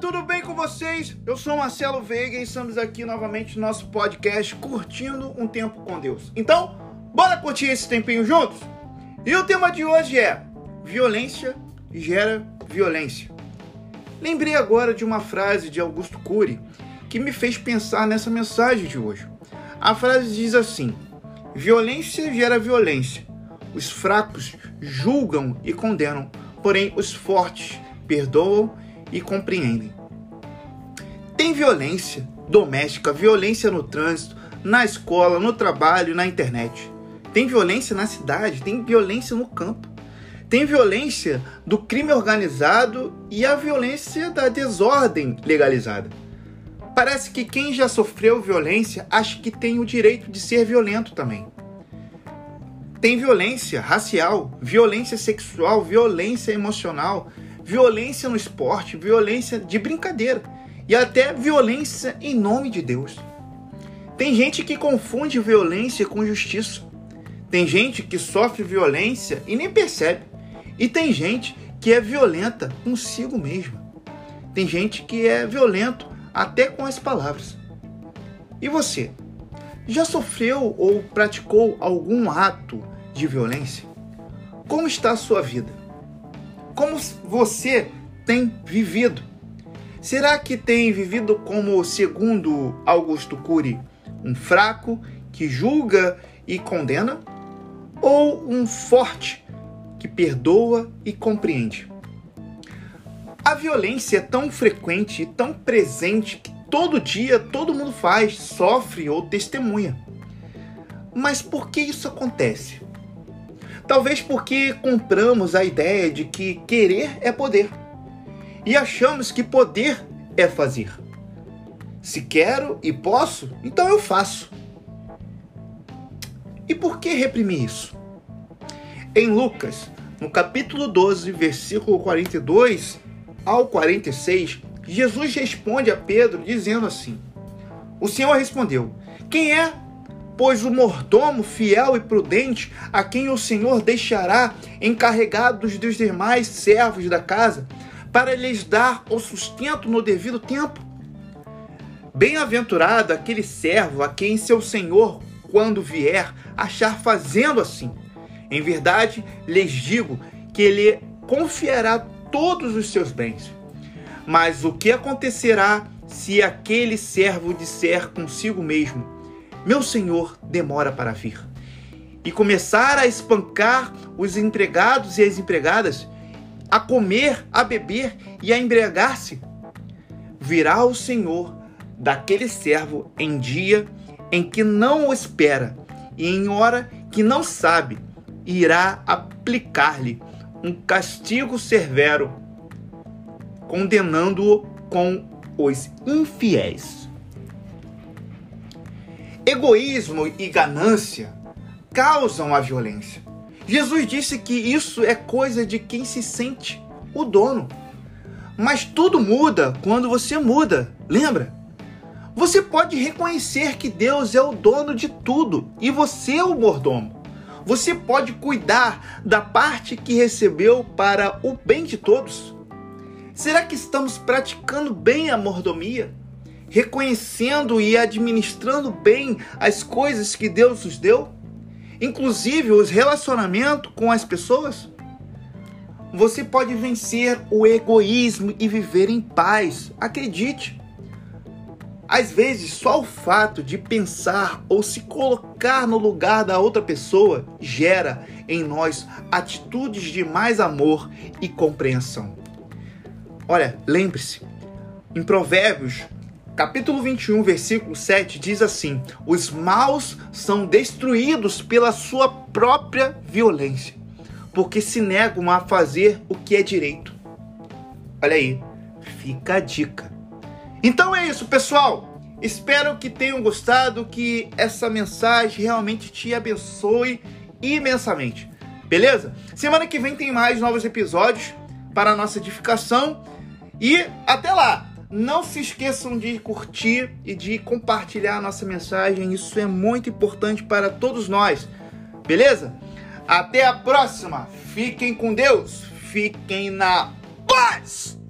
tudo bem com vocês? Eu sou Marcelo Veiga e estamos aqui novamente no nosso podcast Curtindo um Tempo com Deus. Então, bora curtir esse tempinho juntos? E o tema de hoje é: violência gera violência. Lembrei agora de uma frase de Augusto Cury que me fez pensar nessa mensagem de hoje. A frase diz assim: violência gera violência. Os fracos julgam e condenam, porém os fortes perdoam e compreendem. Tem violência doméstica, violência no trânsito, na escola, no trabalho, na internet. Tem violência na cidade, tem violência no campo. Tem violência do crime organizado e a violência da desordem legalizada. Parece que quem já sofreu violência acha que tem o direito de ser violento também. Tem violência racial, violência sexual, violência emocional, violência no esporte, violência de brincadeira e até violência em nome de Deus. Tem gente que confunde violência com justiça. Tem gente que sofre violência e nem percebe. E tem gente que é violenta consigo mesma. Tem gente que é violento até com as palavras. E você? Já sofreu ou praticou algum ato de violência? Como está a sua vida? Como você tem vivido? Será que tem vivido como, segundo Augusto Cury, um fraco que julga e condena? Ou um forte que perdoa e compreende? A violência é tão frequente e tão presente que todo dia todo mundo faz, sofre ou testemunha. Mas por que isso acontece? Talvez porque compramos a ideia de que querer é poder. E achamos que poder é fazer. Se quero e posso, então eu faço. E por que reprimir isso? Em Lucas, no capítulo 12, versículo 42 ao 46, Jesus responde a Pedro dizendo assim: o Senhor respondeu: quem é, pois, o mordomo fiel e prudente a quem o Senhor deixará encarregados dos demais servos da casa para lhes dar o sustento no devido tempo? Bem-aventurado aquele servo a quem seu Senhor, quando vier, achar fazendo assim. Em verdade, lhes digo que ele confiará todos os seus bens. Mas o que acontecerá se aquele servo disser consigo mesmo: meu senhor demora para vir, e começar a espancar os empregados e as empregadas, a comer, a beber e a embriagar-se? Virá o senhor daquele servo em dia em que não o espera e em hora que não sabe, e irá aplicar-lhe um castigo severo, condenando-o com os infiéis. Egoísmo e ganância causam a violência. Jesus disse que isso é coisa de quem se sente o dono. Mas tudo muda quando você muda, lembra? Você pode reconhecer que Deus é o dono de tudo e você é o mordomo. Você pode cuidar da parte que recebeu para o bem de todos. Será que estamos praticando bem a mordomia? Reconhecendo e administrando bem as coisas que Deus nos deu? Inclusive os relacionamentos com as pessoas? Você pode vencer o egoísmo e viver em paz, acredite. Às vezes, só o fato de pensar ou se colocar no lugar da outra pessoa gera em nós atitudes de mais amor e compreensão. Olha, lembre-se, em Provérbios, capítulo 21, versículo 7, diz assim: os maus são destruídos pela sua própria violência, porque se negam a fazer o que é direito. Olha aí, fica a dica. Então é isso, pessoal. Espero que tenham gostado, que essa mensagem realmente te abençoe imensamente. Beleza? Semana que vem tem mais novos episódios para a nossa edificação. E até lá! Não se esqueçam de curtir e de compartilhar a nossa mensagem. Isso é muito importante para todos nós. Beleza? Até a próxima. Fiquem com Deus. Fiquem na paz!